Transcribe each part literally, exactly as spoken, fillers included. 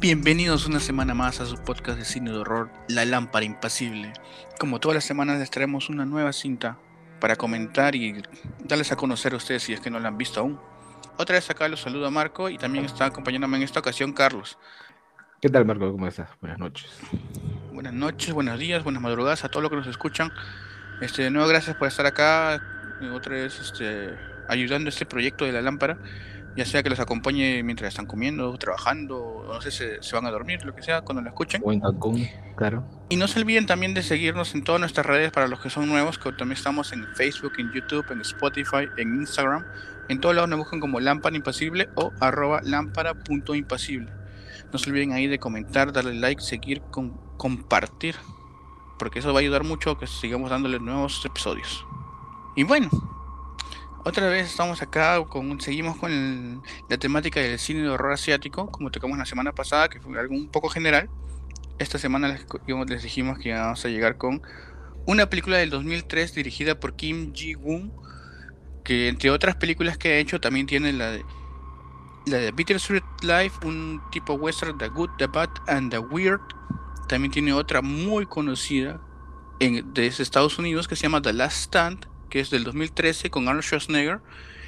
Bienvenidos una semana más a su podcast de cine de horror, La Lámpara Impasible. Como todas las semanas les traemos una nueva cinta para comentar y darles a conocer a ustedes si es que no la han visto aún. Otra vez acá los saluda Marco y también está acompañándome en esta ocasión Carlos. ¿Qué tal, Marco? ¿Cómo estás? Buenas noches. Buenas noches, buenos días, buenas madrugadas a todos los que nos escuchan. Este, de nuevo gracias por estar acá, eh, otra vez este, ayudando a este proyecto de La Lámpara. Ya sea que los acompañe mientras están comiendo, trabajando, o no sé, se, se van a dormir, lo que sea, cuando lo escuchen. O en Cancún, claro. Y no se olviden también de seguirnos en todas nuestras redes para los que son nuevos, que también estamos en Facebook, en YouTube, en Spotify, en Instagram. En todos lados nos buscan como Lámpara Impasible o arroba lámpara.impasible. No se olviden ahí de comentar, darle like, seguir, con, compartir, porque eso va a ayudar mucho a que sigamos dándole nuevos episodios. Y bueno, otra vez estamos acá, con, seguimos con el, la temática del cine de horror asiático, como tocamos la semana pasada, que fue algo un poco general. Esta semana les, les dijimos que íbamos a llegar con una película del dos mil tres dirigida por Kim Ji-woon, que entre otras películas que ha hecho también tiene la de, la de Bittersweet Life, un tipo western, The Good, The Bad and The Weird. También tiene otra muy conocida en, de Estados Unidos que se llama The Last Stand, que es del dos mil trece con Arnold Schwarzenegger.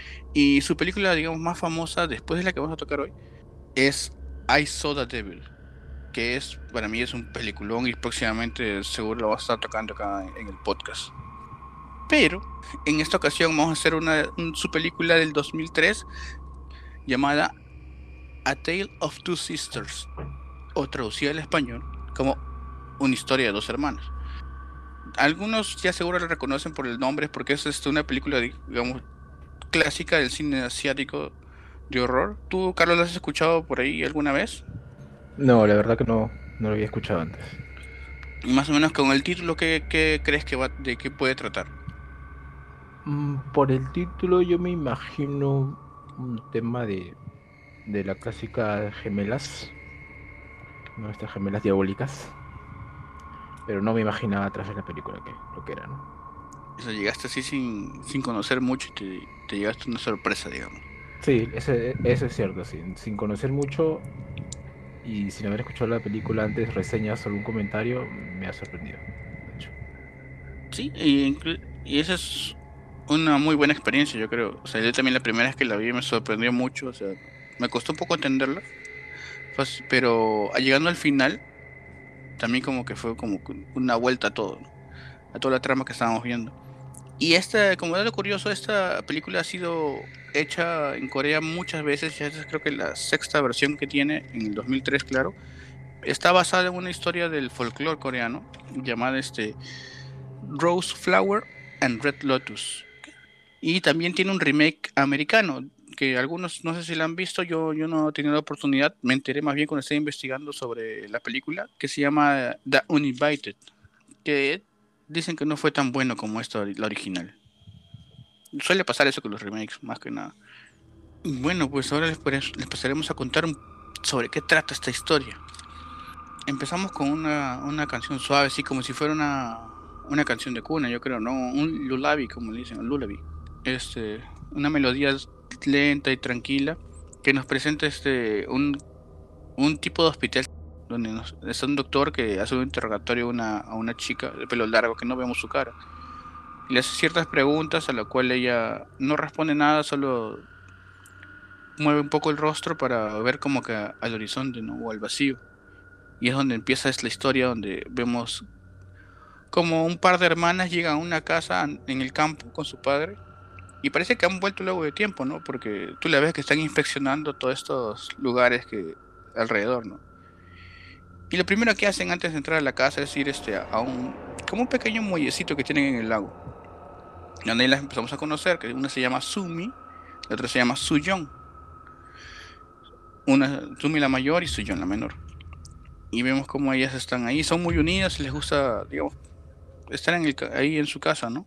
Y su película, digamos, más famosa, después de la que vamos a tocar hoy, es I Saw the Devil, que es, para mí es un peliculón y próximamente seguro lo va a estar tocando acá en el podcast. Pero en esta ocasión vamos a hacer una, un, su película del dos mil tres llamada A Tale of Two Sisters, o traducida al español como Una historia de dos hermanas. Algunos ya seguro la reconocen por el nombre porque es este, una película, digamos, clásica del cine asiático de horror. ¿Tú, Carlos, la has escuchado por ahí alguna vez? No, la verdad que no, no lo había escuchado antes. Más o menos con el título, ¿qué, qué crees que va, de qué puede tratar? Mm, por el título yo me imagino un tema de, de la clásica gemelas, ¿no? Estas gemelas diabólicas. Pero no me imaginaba atrás de la película que, lo que era, ¿no? O sea, llegaste así sin, sin conocer mucho y te, te llegaste una sorpresa, digamos. Sí, ese, eso es cierto, sí. Sin conocer mucho y sin haber escuchado la película antes, reseñas o algún comentario, me ha sorprendido, de hecho. Sí, y, y esa es una muy buena experiencia, yo creo. O sea, yo también la primera vez que la vi me sorprendió mucho, o sea, me costó un poco entenderla, pues, pero llegando al final, también como que fue como una vuelta a todo, ¿no? A toda la trama que estábamos viendo. Y esta, como dato curioso, esta película ha sido hecha en Corea muchas veces, ya es creo que la sexta versión que tiene, en el dos mil tres, claro. Está basada en una historia del folclore coreano llamada este Rose Flower and Red Lotus. Y también tiene un remake americano que algunos no sé si la han visto, yo, yo no he tenido la oportunidad, me enteré más bien cuando estaba investigando sobre la película, que se llama The Uninvited, que dicen que no fue tan bueno como esta, la original. Suele pasar eso con los remakes, más que nada. Bueno, pues ahora les, les pasaremos a contar sobre qué trata esta historia. Empezamos con una, una canción suave, así como si fuera una, una canción de cuna, yo creo, ¿no? Un lullaby, como le dicen, un lullaby. Este, una melodía lenta y tranquila que nos presenta este, un, un tipo de hospital donde nos, es un doctor que hace un interrogatorio a una, a una chica de pelo largo que no vemos su cara. Y le hace ciertas preguntas a la cual ella no responde nada, solo mueve un poco el rostro para ver como que al horizonte, ¿no? O al vacío. Y es donde empieza esta historia donde vemos como un par de hermanas llegan a una casa en el campo con su padre y parece que han vuelto luego de tiempo, ¿no? Porque tú le ves que están inspeccionando todos estos lugares que alrededor, ¿no? Y lo primero que hacen antes de entrar a la casa es ir este, a un como un pequeño muellecito que tienen en el lago. Y donde ahí las empezamos a conocer, que una se llama Sumi, la otra se llama Suyon. Una Sumi la mayor y Suyon la menor. Y vemos cómo ellas están ahí, son muy unidas, les gusta, digamos, estar en el, ahí en su casa, ¿no?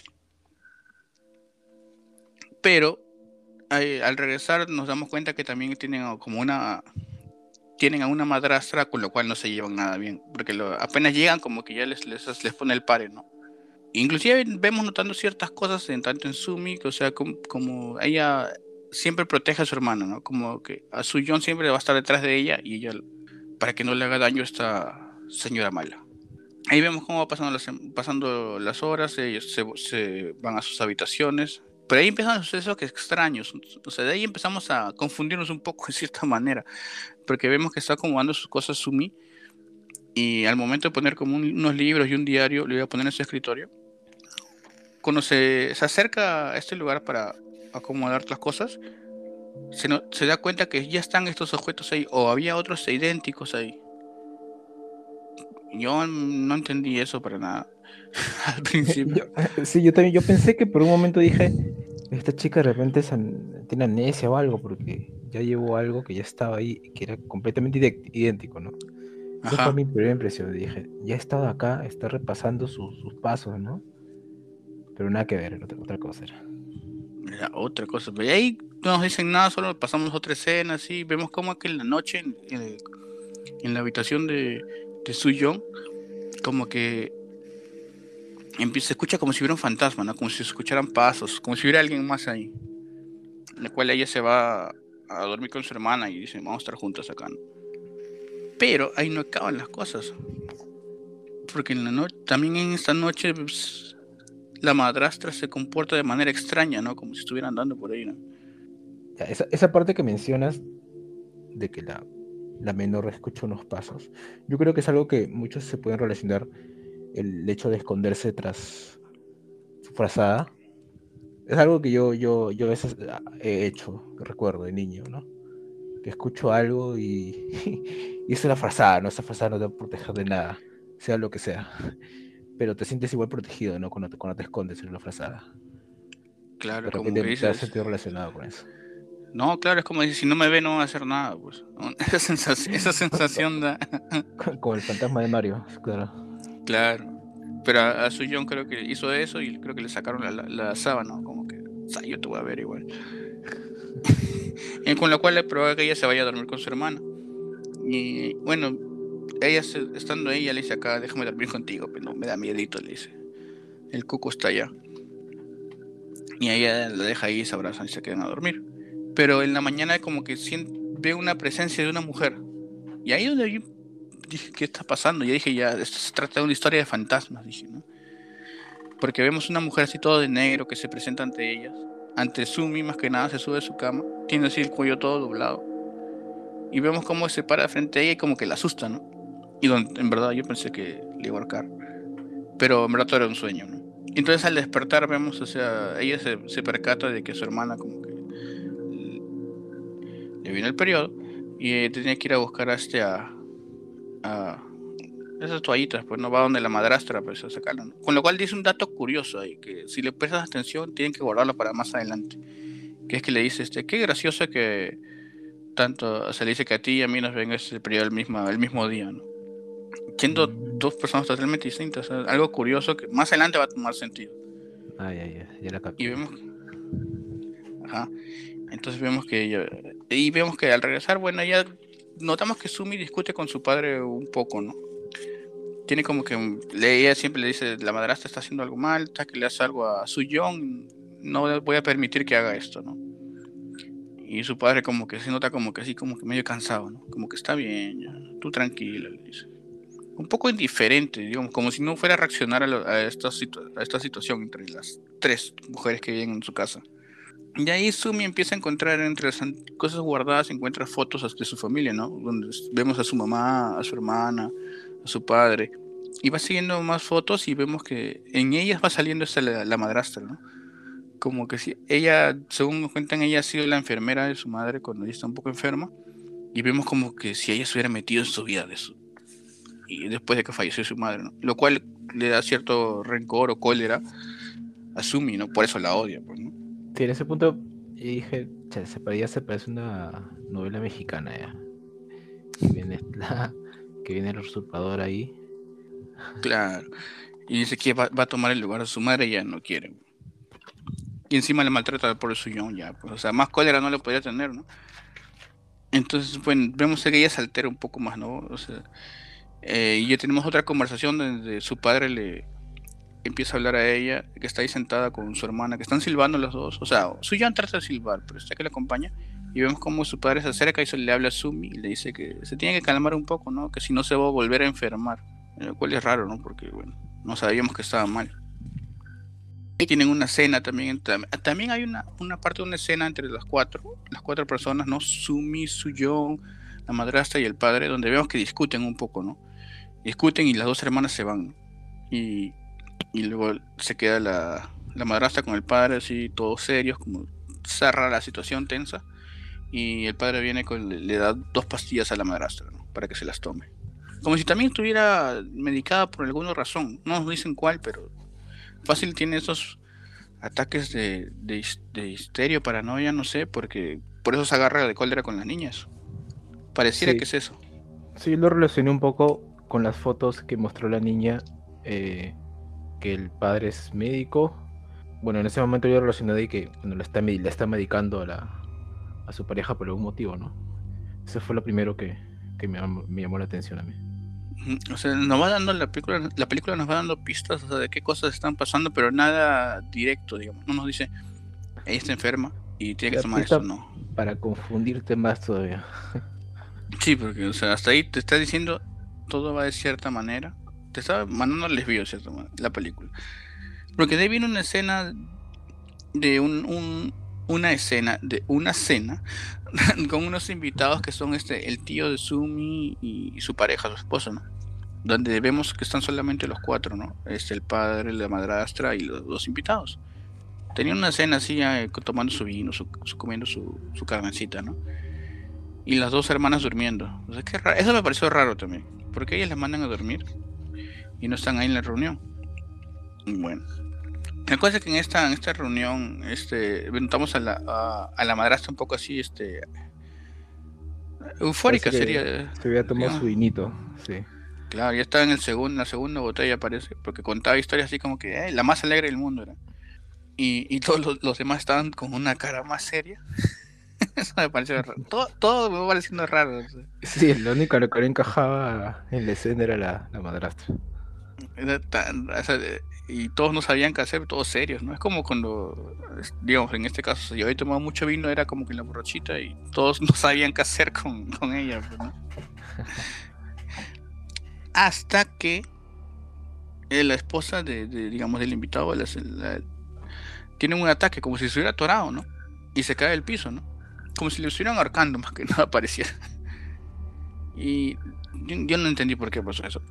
Pero eh, al regresar nos damos cuenta que también tienen como una tienen a una madrastra con lo cual no se llevan nada bien, porque lo, apenas llegan como que ya les, les, les pone el pare, ¿no? Inclusive vemos notando ciertas cosas en tanto en Sumi, que, o sea, como, como ella siempre protege a su hermana, ¿no? Como que a Suyon siempre va a estar detrás de ella y ella para que no le haga daño a esta señora mala. Ahí vemos cómo va pasando las, pasando las horas, ellos se, se van a sus habitaciones, pero ahí empiezan los sucesos que extraños, o sea, de ahí empezamos a confundirnos un poco de cierta manera, porque vemos que está acomodando sus cosas Sumi, y al momento de poner como un, unos libros y un diario, le voy a poner en su escritorio, cuando se, se acerca a este lugar para acomodar las cosas, se, no, se da cuenta que ya están estos objetos ahí, o había otros idénticos ahí. Yo no entendí eso para nada al principio. Yo, sí, yo también, yo pensé que por un momento dije, esta chica de repente es am- tiene amnesia o algo, porque ya llevó algo que ya estaba ahí, y que era completamente idec- idéntico, ¿no? Esa fue Ajá, mi primera impresión. Dije, ya he estado acá, está repasando sus, sus pasos, ¿no? Pero nada que ver, otra, otra cosa era. era otra cosa. Pero ahí no nos dicen nada, solo pasamos otra escena, así. Vemos como que en la noche, en, en, en la habitación de, de Su Young, como que empieza, se escucha como si hubiera un fantasma, ¿no? Como si se escucharan pasos, como si hubiera alguien más ahí. En la cual ella se va a dormir con su hermana y dice, vamos a estar juntas acá, ¿no? Pero ahí no acaban las cosas. Porque en la noche, también en esta noche, pues, la madrastra se comporta de manera extraña, ¿no? Como si estuviera andando por ahí, ¿no? Ya, esa, esa parte que mencionas de que la, la menor escucha unos pasos, yo creo que es algo que muchos se pueden relacionar el hecho de esconderse tras su frazada. Es algo que yo, yo, yo a veces ah, he hecho, que recuerdo de niño, ¿no? Que escucho algo y, y es una frazada, ¿no? Esa frazada no te va a proteger de nada, sea lo que sea. Pero te sientes igual protegido, ¿no? Cuando te, cuando te escondes en una frazada. De Claro, como repente que te has dices, sentido relacionado con eso. no, claro, es como decir, si no me ve no va a hacer nada, pues. Esa sensación, esa sensación da, Como el fantasma de Mario, claro. claro. Pero a, a Suyon creo que hizo eso y creo que le sacaron la, la, la sábana, como que, o sea, yo te voy a ver igual. Y con la cual le provoca que ella se vaya a dormir con su hermana. Y bueno, ella se- estando ahí, ella le dice acá, déjame dormir contigo, pero no, me da miedito, le dice. El cuco está allá. Y ella la deja ahí, se abrazan y se quedan a dormir. Pero en la mañana como que sien- ve una presencia de una mujer. Y ahí donde yo dije, ¿qué está pasando? Y dije, ya, esto se trata de una historia de fantasmas, dije, ¿no? Porque vemos una mujer así todo de negro que se presenta ante ellas. Ante Sumi, más que nada, se sube a su cama. Tiene así el cuello todo doblado. Y vemos cómo se para frente a ella y como que la asusta, ¿no? Y donde, en verdad yo pensé que le iba a ahorcar. Pero en verdad todo era un sueño, ¿no? Entonces al despertar vemos, o sea, ella se, se percata de que su hermana como que le viene el periodo y eh, tenía que ir a buscar a este a, a esas toallitas, pues no va donde la madrastra pues a sacarla, ¿no? Con lo cual dice un dato curioso ahí, que si le prestas atención tienen que guardarlo para más adelante, que es que le dice este, qué gracioso que tanto se le dice que a ti y a mí nos venga ese periodo el mismo, el mismo día, ¿no? Siendo Mm. dos personas totalmente distintas, o sea, algo curioso que más adelante va a tomar sentido. Ah, ya, ya, ya la Y capté. vemos, ajá, entonces vemos que ella, y vemos que al regresar, bueno, ya notamos que Sumi discute con su padre un poco, ¿no? Tiene como que le, ella siempre le dice, la madrastra está haciendo algo mal, está que le hace algo a Su Young, no voy a permitir que haga esto, ¿no? Y su padre como que se nota como que así, como que medio cansado, ¿no? Como que está bien, ya, tú tranquila, le dice. Un poco indiferente, digamos, como si no fuera a reaccionar a, lo, a, esta, situ a esta situación entre las tres mujeres que viven en su casa. Y ahí Sumi empieza a encontrar entre las cosas guardadas, encuentra fotos de su familia, ¿no? Donde vemos a su mamá, a su hermana, a su padre. Y va siguiendo más fotos y vemos que en ellas va saliendo esta la, la madrastra, ¿no? Como que si ella, según nos cuentan, ella ha sido la enfermera de su madre cuando ella está un poco enferma. Y vemos como que si ella se hubiera metido en su vida de eso. Y después de que falleció su madre, ¿no? Lo cual le da cierto rencor o cólera a Sumi, ¿no? Por eso la odia, pues, ¿no? Sí, en ese punto y dije, "Che, se parecía, se parece una novela mexicana ya. Que viene la, que viene el usurpador ahí. Claro. Y dice que va, va a tomar el lugar de su madre y ya no quiere. Y encima le maltrata por el suyón ya, pues, o sea, más cólera no le podía tener, ¿no? Entonces, bueno, vemos que ella se altera un poco más, ¿no? O sea, eh, y ya tenemos otra conversación donde su padre le empieza a hablar a ella, que está ahí sentada con su hermana, que están silbando los dos. O sea, Suyan trata de silbar, pero está que le acompaña. Y vemos como su padre se acerca y se le habla a Sumi y le dice que se tiene que calmar un poco, ¿no? Que si no se va a volver a enfermar. Lo cual es raro, ¿no? Porque, bueno, no sabíamos que estaba mal. Y tienen una escena también. También hay una, una parte de una escena entre las cuatro, las cuatro personas, ¿no? Sumi, Suyon, la madrastra y el padre, donde vemos que discuten un poco, ¿no? Discuten y las dos hermanas se van. Y, y luego se queda la, la madrastra con el padre, así, todos serios, como cerra la situación tensa. Y el padre viene con, le, le da dos pastillas a la madrastra, ¿no? Para que se las tome. Como si también estuviera medicada por alguna razón. No nos dicen cuál, pero fácil tiene esos ataques de, de, de histeria, paranoia, no sé, porque por eso se agarra de cólera con las niñas. Pareciera que Sí, es eso. sí, yo lo relacioné un poco con las fotos que mostró la niña, eh, que el padre es médico. Bueno, en ese momento yo relacioné de que bueno, le está, medi- le está medicando a, la, a su pareja por algún motivo, ¿no? Eso fue lo primero que, que me, llamó- me llamó la atención a mí. O sea, nos va dando la película, la película nos va dando pistas, o sea, de qué cosas están pasando, pero nada directo, digamos. No nos dice, ella está enferma y tiene que La tomar esto, pista no. para confundirte más todavía. Sí, porque, o sea, hasta ahí te está diciendo todo va de cierta manera. Te está mandando al desvío, de cierta manera, la película. Porque de ahí viene una escena de un, un- una escena, de una cena con unos invitados que son este, el tío de Sumi y, y su pareja, su esposo, ¿no? Donde vemos que están solamente los cuatro, ¿no? Este, el padre, la madrastra y los dos invitados. Tenían una cena así, eh, tomando su vino, su, su- comiendo su, su carnecita, ¿no? Y las dos hermanas durmiendo. O sea, qué raro. Eso me pareció raro también. Porque ellas las mandan a dormir y no están ahí en la reunión. Bueno, la cosa es que en esta, en esta reunión, este, notamos a la, a, a la madrastra un poco así, este, Parece eufórica que sería, se había tomado digamos. su vinito, sí. Claro, ya estaba en el segundo, en la segunda botella parece, porque contaba historias así como que, eh, la más alegre del mundo era. Y, y todos los, los demás estaban con una cara más seria. Eso me pareció raro. Todo, todo me va pareciendo raro. O sea, Sí, lo único que no encajaba en la escena era la, la madrastra. era tan- o sea, de- y todos no sabían qué hacer, todos serios, ¿no? Es como cuando, es- digamos, en este caso, si yo había tomado mucho vino, era como que la borrachita y todos no sabían qué hacer con, con ella, pues, ¿no? Hasta que eh, la esposa de, de, digamos, del invitado la- la- tiene un ataque, como si se hubiera atorado, ¿no? Y se cae del piso, ¿no? Como si le estuvieran ahorcando, más que nada parecía. Y yo, yo no entendí por qué pasó eso.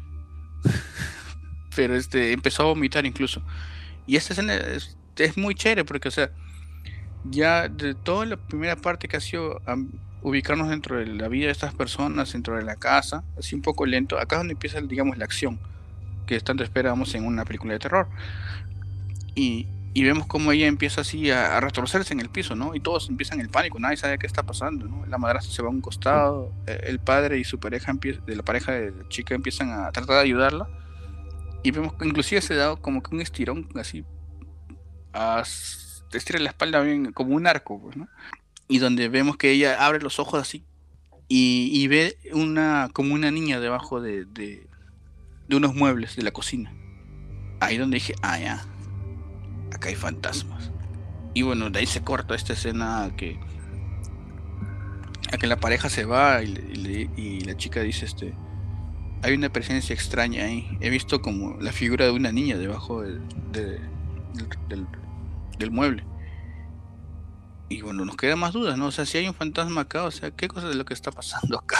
Pero este empezó a vomitar incluso. Y esta escena es, es muy chévere porque, o sea, ya de toda la primera parte que ha sido am, ubicarnos dentro de la vida de estas personas, dentro de la casa, así un poco lento, acá es donde empieza, digamos, la acción, que tanto esperamos en una película de terror. Y, y vemos cómo ella empieza así a, a retorcerse en el piso, ¿no? Y todos empiezan el pánico, nadie sabe qué está pasando, ¿no? La madrastra se va a un costado, eh, el padre y su pareja, empie- de la pareja de la chica empiezan a tratar de ayudarla. Y vemos que inclusive se da como que un estirón así, a, te estira la espalda bien, como un arco, pues, ¿no? Y donde vemos que ella abre los ojos así y, y ve una como una niña debajo de, de, de unos muebles de la cocina. Ahí donde dije, ah, ya, acá hay fantasmas. Y bueno, de ahí se corta esta escena a que, a que la pareja se va y, le- y le- y la chica dice, este, hay una presencia extraña ahí. He visto como la figura de una niña debajo de- de- del, del- del mueble. Y bueno, nos quedan más dudas, ¿no? O sea, si hay un fantasma acá, o sea, ¿qué cosa es lo que está pasando acá?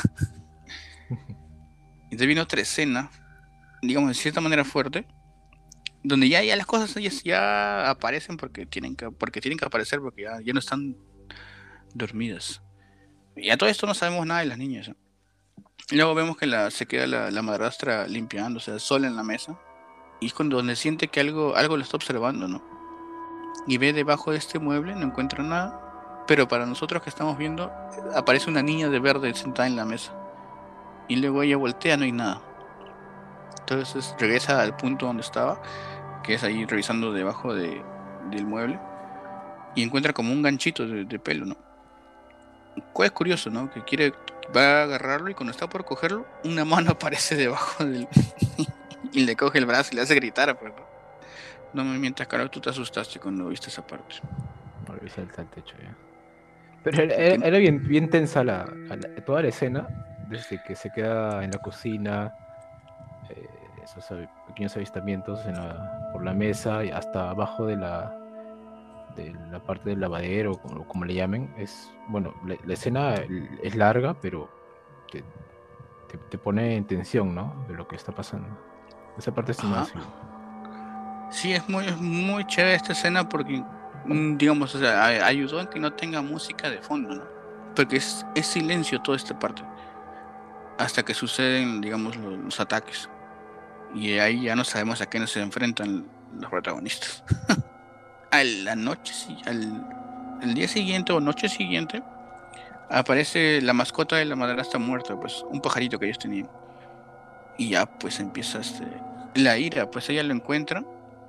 Y te viene otra escena, digamos, de cierta manera fuerte, donde ya, ya las cosas ya, ya aparecen porque tienen que, porque tienen que aparecer, porque ya, ya no están dormidas. Y a todo esto no sabemos nada de las niñas, ¿no? Y luego vemos que la, se queda la, la madrastra limpiando, o sea, sola en la mesa. Y es cuando donde siente que algo, algo lo está observando, ¿no? Y ve debajo de este mueble, no encuentra nada. Pero para nosotros que estamos viendo, aparece una niña de verde sentada en la mesa. Y luego ella voltea, no hay nada. Entonces regresa al punto donde estaba, que es ahí revisando debajo de, del mueble. Y encuentra como un ganchito de, de pelo, ¿no? Cuál es curioso, ¿no? Que quiere, va a agarrarlo y cuando está por cogerlo, una mano aparece debajo del... y le coge el brazo y le hace gritar, pues, ¿no? No me mientas, Carlos, tú te asustaste cuando viste esa parte. Ahora salta al techo ya. Pero era, era- Porque, era bien, bien tensa la, la- toda la escena, desde que se queda en la cocina, eh, esos avi- pequeños avistamientos en la- por la mesa y hasta abajo de la, de la parte del lavadero, como, como le llamen. Es, bueno, la, la escena es larga, pero te, te- te pone en tensión, ¿no? De lo que está pasando. Esa parte sí me ha ajá, seguido. sí, es muy, es muy chévere esta escena porque, mm, digamos, o sea, a- ayudó en que no tenga música de fondo, ¿no? Porque es, es silencio toda esta parte, hasta que suceden, digamos, lo- los, ataques. Y ahí ya no sabemos a qué nos enfrentan los protagonistas. A la noche, sí, al el día siguiente o noche siguiente, aparece la mascota de la madrastra muerta, pues, un pajarito que ellos tenían. Y ya, pues, empieza este, la ira, pues ella lo encuentra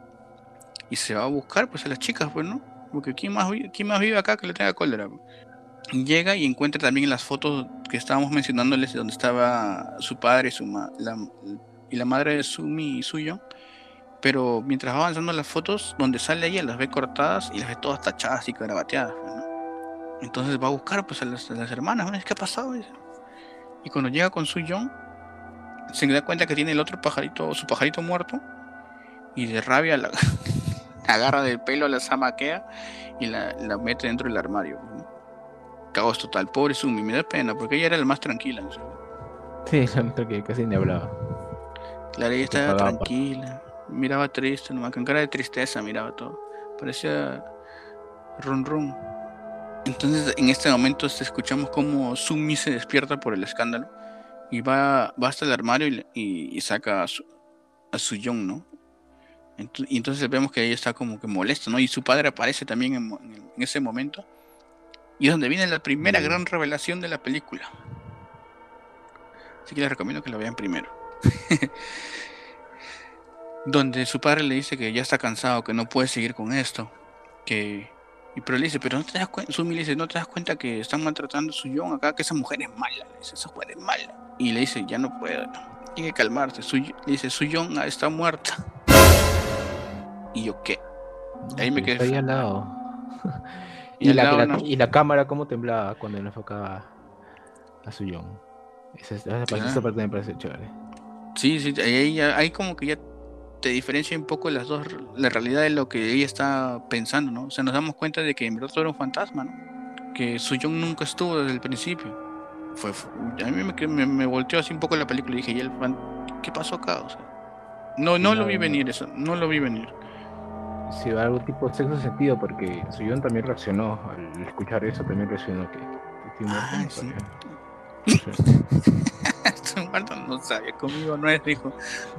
y se va a buscar, pues, a las chicas, pues, ¿no? Porque ¿quién más, vi- quién más vive acá que le tenga cólera? Llega y encuentra también las fotos que estábamos mencionándoles de donde estaba su padre y su ma- la, y la madre de Sumi y Suyo. Pero mientras va avanzando las fotos, donde sale ella, las ve cortadas y las ve todas tachadas y carabateadas, pues, ¿no? Entonces va a buscar pues a las, a las hermanas, ¿no? ¿Qué ha pasado? Dice. Y cuando llega con Su Young, se da cuenta que tiene el otro pajarito, su pajarito muerto, y de rabia la agarra del pelo, la zamaquea y la, la mete dentro del armario, pues, ¿no? Caos total, pobre Sumi, me da pena, porque ella era la más tranquila, ¿no? Sí, la nota que casi ni hablaba, Claro, ella porque estaba pagaba por... tranquila, miraba triste, nomás con cara de tristeza miraba todo. Parecía run run. Entonces en este momento este, escuchamos cómo Sumi se despierta por el escándalo y va, va hasta el armario y, le- y- y saca a su, a su Young, ¿no? Ento- y entonces vemos que ella está como que molesta, ¿no? Y su padre aparece también en, mo- en el- en ese momento. Y es donde viene la primera Y gran revelación de la película. Así que les recomiendo que la vean primero. Donde su padre le dice que ya está cansado, que no puede seguir con esto. Que... Y pero le dice, pero no te das cuenta, Sumi le dice, no te das cuenta que están maltratando a su Young acá, que esa mujer es mala, le dice, esa mujer es mala. Y le dice, ya no puedo, tiene que calmarse. Su, le dice, su Young está muerta. Y yo, ¿qué? no, Ahí me pero quedé está ahí frío. al lado. Y Y al la, lado, la- ¿no? y la cámara, cómo temblaba cuando él enfocaba a su John. Esa, esa, parte- esa Claro. parte me parece chévere. Sí, sí, ahí, ya- ahí como que ya te diferencia un poco las dos, la realidad de lo que ella está pensando, ¿no? O sea, nos damos cuenta de que en verdad todo era un fantasma, ¿no? Que Su Young nunca estuvo desde el principio. Fue, fue- a mí me, que- me, me volteó así un poco la película y dije, ¿y el fan- qué pasó acá? O sea, no, Sí, no lo no, vi no, venir eso, no lo vi venir. sí, algún tipo de sexto sentido, porque su John también reaccionó al escuchar eso, también reaccionó que, que estoy muerto, Ah, no sí. sabía. Sí. Su muerto no sabía, conmigo no es, dijo.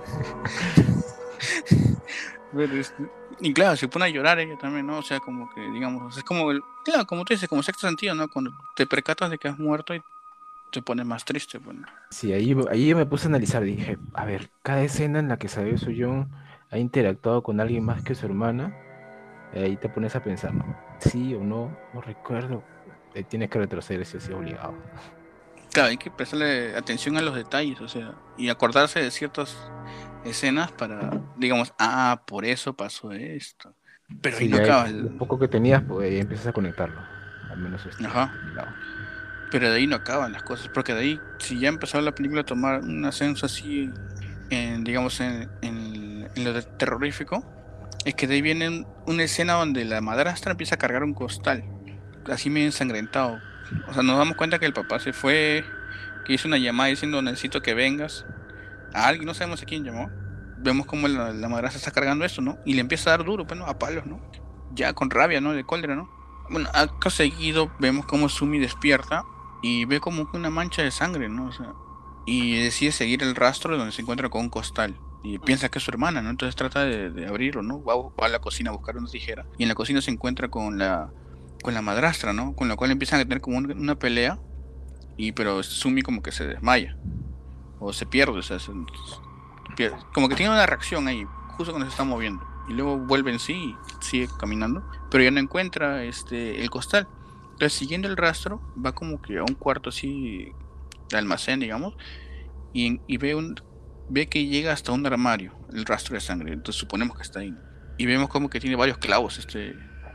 Pero, este, y claro, se pone a llorar ella también, ¿no? O sea, como que, digamos, es como, el, claro, como tú dices, como sexto sentido, ¿no? Cuando te percatas de que has muerto y te pones más triste, pues, ¿no? Sí, ahí, ahí yo me puse a analizar, dije, a ver, cada escena en la que salió su John ha interactuado con alguien más que su hermana, y ahí te pones a pensar, ¿no? Sí o no, no recuerdo. Eh, tienes que retroceder, si es obligado. Claro, hay que prestarle atención a los detalles, o sea, y acordarse de ciertas escenas para, digamos, ah, por eso pasó esto. Pero ahí Sí, no ya acaba es- lo el, poco que tenías, pues ahí empiezas a conectarlo. Al menos este, ajá, de mi lado. pero de ahí no acaban las cosas, porque de ahí, si ya empezó la película a tomar un ascenso así, en, digamos, en, en, en lo de terrorífico, es que de ahí viene una escena donde la madrastra empieza a cargar un costal, así medio ensangrentado. O sea, nos damos cuenta que el papá se fue, que hizo una llamada diciendo necesito que vengas a alguien, no sabemos a quién llamó. Vemos como la, la madrastra está cargando esto, ¿no? Y le empieza a dar duro, pues, ¿no? A palos, ¿no? Ya con rabia, ¿no? De cólera, ¿no? Bueno, acto seguido vemos como Sumi despierta y ve como que una mancha de sangre, ¿no? O sea, y decide seguir el rastro donde se encuentra con un costal. Y piensa que es su hermana, ¿no? Entonces trata de, de abrirlo, ¿no? Va, va a la cocina a buscar una tijera. Y en la cocina se encuentra con la, con la madrastra, ¿no? Con la cual empiezan a tener como un- una pelea. Y pero Sumi como que se desmaya. O se pierde, o sea, se- pier- como que tiene una reacción ahí, justo cuando se está moviendo. Y luego vuelve en sí y sigue caminando, pero ya no encuentra este, el costal. Entonces, siguiendo el rastro, va como que a un cuarto así de almacén, digamos, y, y ve, un, ve que llega hasta un armario, el rastro de sangre. Entonces, suponemos que está ahí, ¿no? Y vemos como que tiene varios clavos este,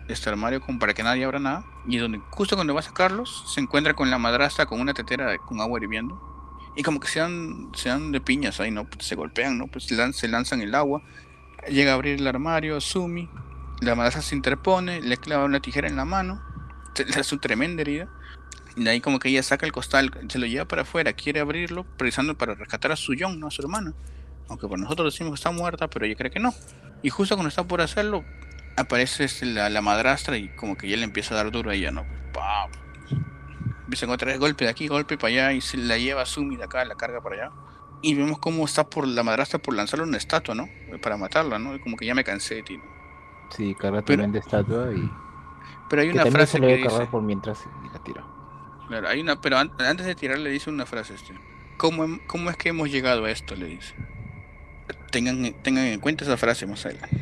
este armario como para que nadie abra nada. Y donde justo cuando va a sacarlos, se encuentra con la madrastra con una tetera con agua hirviendo. Y como que se dan, se dan de piñas ahí, ¿no? Pues se golpean, ¿no? Pues se, lan- se lanzan el agua. Llega a abrir el armario, Sumi. La madrastra se interpone, le clava una tijera en la mano. Se le hace una tremenda herida. Y de ahí como que ella saca el costal, se lo lleva para afuera, quiere abrirlo, precisando para rescatar a su Young, ¿no? A su hermana. Aunque por nosotros decimos que está muerta, pero ella cree que no. Y justo cuando está por hacerlo, aparece este, la, la madrastra y como que ya le empieza a dar duro a ella, ¿no? ¡Pam! Empieza a encontrar golpe de aquí, golpe para allá y se la lleva a Sumi de acá, la carga para allá. Y vemos cómo está por la madrastra por lanzarle una estatua, ¿no? Para matarla, ¿no? Y como que ya me cansé de ti, ¿no? Sí, carga Pero, tremenda estatua y pero hay que una también se frase le que debe cargar dice, por mientras y la tira. claro, hay una, pero an- antes de tirarle dice una frase, este, ¿cómo, hem- ¿cómo es que hemos llegado a esto? Le dice. Tengan, tengan en cuenta esa frase más adelante.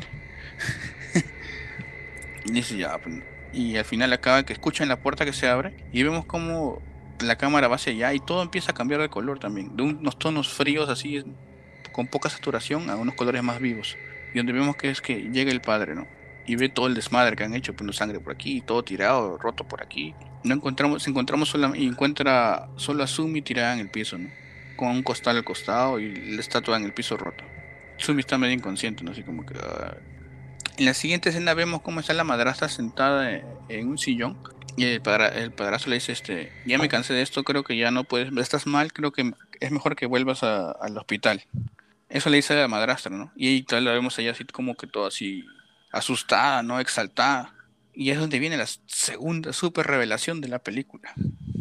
Y dice ya, pues, y al final acaba que escuchan la puerta que se abre y vemos como la cámara va hacia allá y todo empieza a cambiar de color también, de unos tonos fríos así, con poca saturación, a unos colores más vivos. Y donde vemos que es que llega el padre, ¿no? Y ve todo el desmadre que han hecho, poniendo sangre por aquí, todo tirado, roto por aquí. No encontramos, encontramos sola, y encuentra solo a Sumi tirada en el piso, ¿no? Con un costal al costado y la estatua en el piso roto. Sumi está medio inconsciente, ¿no? Así como que... ah. En la siguiente escena vemos cómo está la madrastra sentada en, en un sillón. Y el, padra- el padrastro le dice, este, ya me cansé de esto, creo que ya no puedes, estás mal, creo que es mejor que vuelvas a- al hospital. Eso le dice a la madrastra, ¿no? Y ahí tal la vemos allá así como que todo así asustada, ¿no? Exaltada. Y es donde viene la segunda super revelación de la película.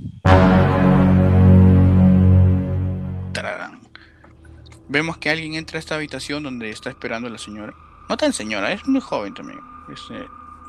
Tararán. Vemos que alguien entra a esta habitación donde está esperando a la señora. No tan señora, es muy joven también. Este,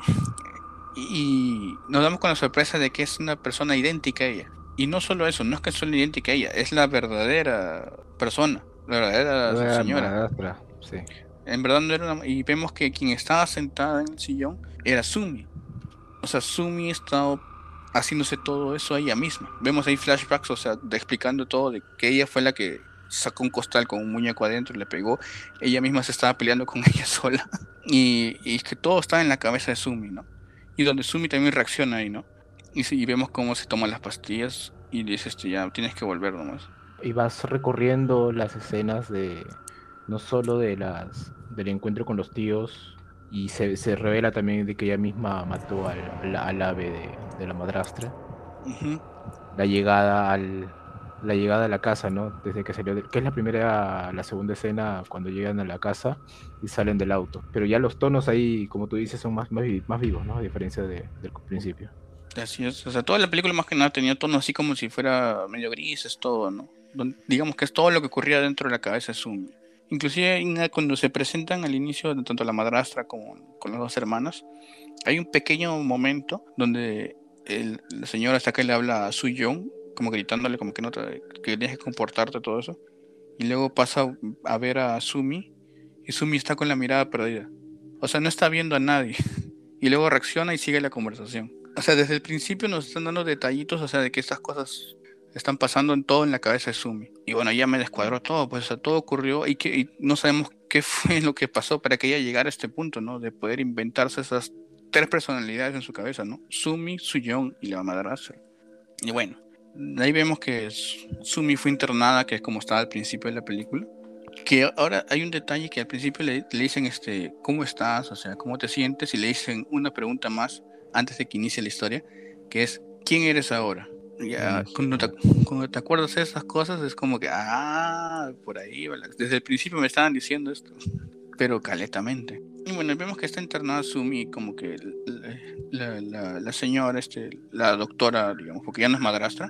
y nos damos con la sorpresa de que es una persona idéntica a ella. Y no solo eso, no es que solo idéntica a ella, es la verdadera persona, la verdadera La señora. madrastra, sí. En verdad no era una... Y vemos que quien estaba sentada en el sillón era Sumi. O sea, Sumi estaba haciéndose todo eso a ella misma. Vemos ahí flashbacks, o sea, de explicando todo, de que ella fue la que sacó un costal con un muñeco adentro y le pegó. Ella misma se estaba peleando con ella sola. Y, y es que todo está en la cabeza de Sumi, ¿no? Y donde Sumi también reacciona ahí, ¿no? Y, sí, y vemos cómo se toman las pastillas y dice, este, ya tienes que volver nomás. Y vas recorriendo las escenas de no solo de las del encuentro con los tíos y se, se revela también de que ella misma mató al, al, al ave de, de la madrastra. Ujú. La llegada al la llegada a la casa, ¿no? Desde que salió, de- que es la primera, la segunda escena cuando llegan a la casa y salen del auto. Pero ya los tonos ahí, como tú dices, son más, más, vi- más vivos, ¿no? A diferencia de- del principio. Así es, o sea, toda la película más que nada tenía tono así como si fuera medio grises, todo, ¿no? Don- digamos que es todo lo que ocurría dentro de la cabeza de Sumi. Inclusive en la- cuando se presentan al inicio, de tanto la madrastra como con las dos hermanas, hay un pequeño momento donde el, la señora hasta que le habla a Su Young, como gritándole como que no te, que tienes que comportarte, todo eso. Y luego pasa a ver a Sumi y Sumi está con la mirada perdida. O sea, no está viendo a nadie. Y luego reacciona y sigue la conversación. O sea, desde el principio nos están dando detallitos, o sea, de que estas cosas están pasando en todo en la cabeza de Sumi. Y bueno, ya me descuadró todo, pues o sea, todo ocurrió y que y no sabemos qué fue lo que pasó para que ella llegara a este punto, ¿no? De poder inventarse esas tres personalidades en su cabeza, ¿no? Sumi, Suyeon y la madrastra. Y bueno, ahí vemos que Sumi fue internada, que es como estaba al principio de la película. Que ahora hay un detalle que al principio le, le dicen, este, ¿cómo estás? O sea, ¿cómo te sientes? Y le dicen una pregunta más antes de que inicie la historia, que es, ¿quién eres ahora? Ya, Mm, cuando te, sí. cuando te acuerdas de esas cosas es como que, ah, por ahí, ¿verdad? Desde el principio me estaban diciendo esto, pero caletamente. Y bueno, vemos que está internada Sumi, como que la, la, la, la señora, este, la doctora, digamos, porque ya no es madrastra,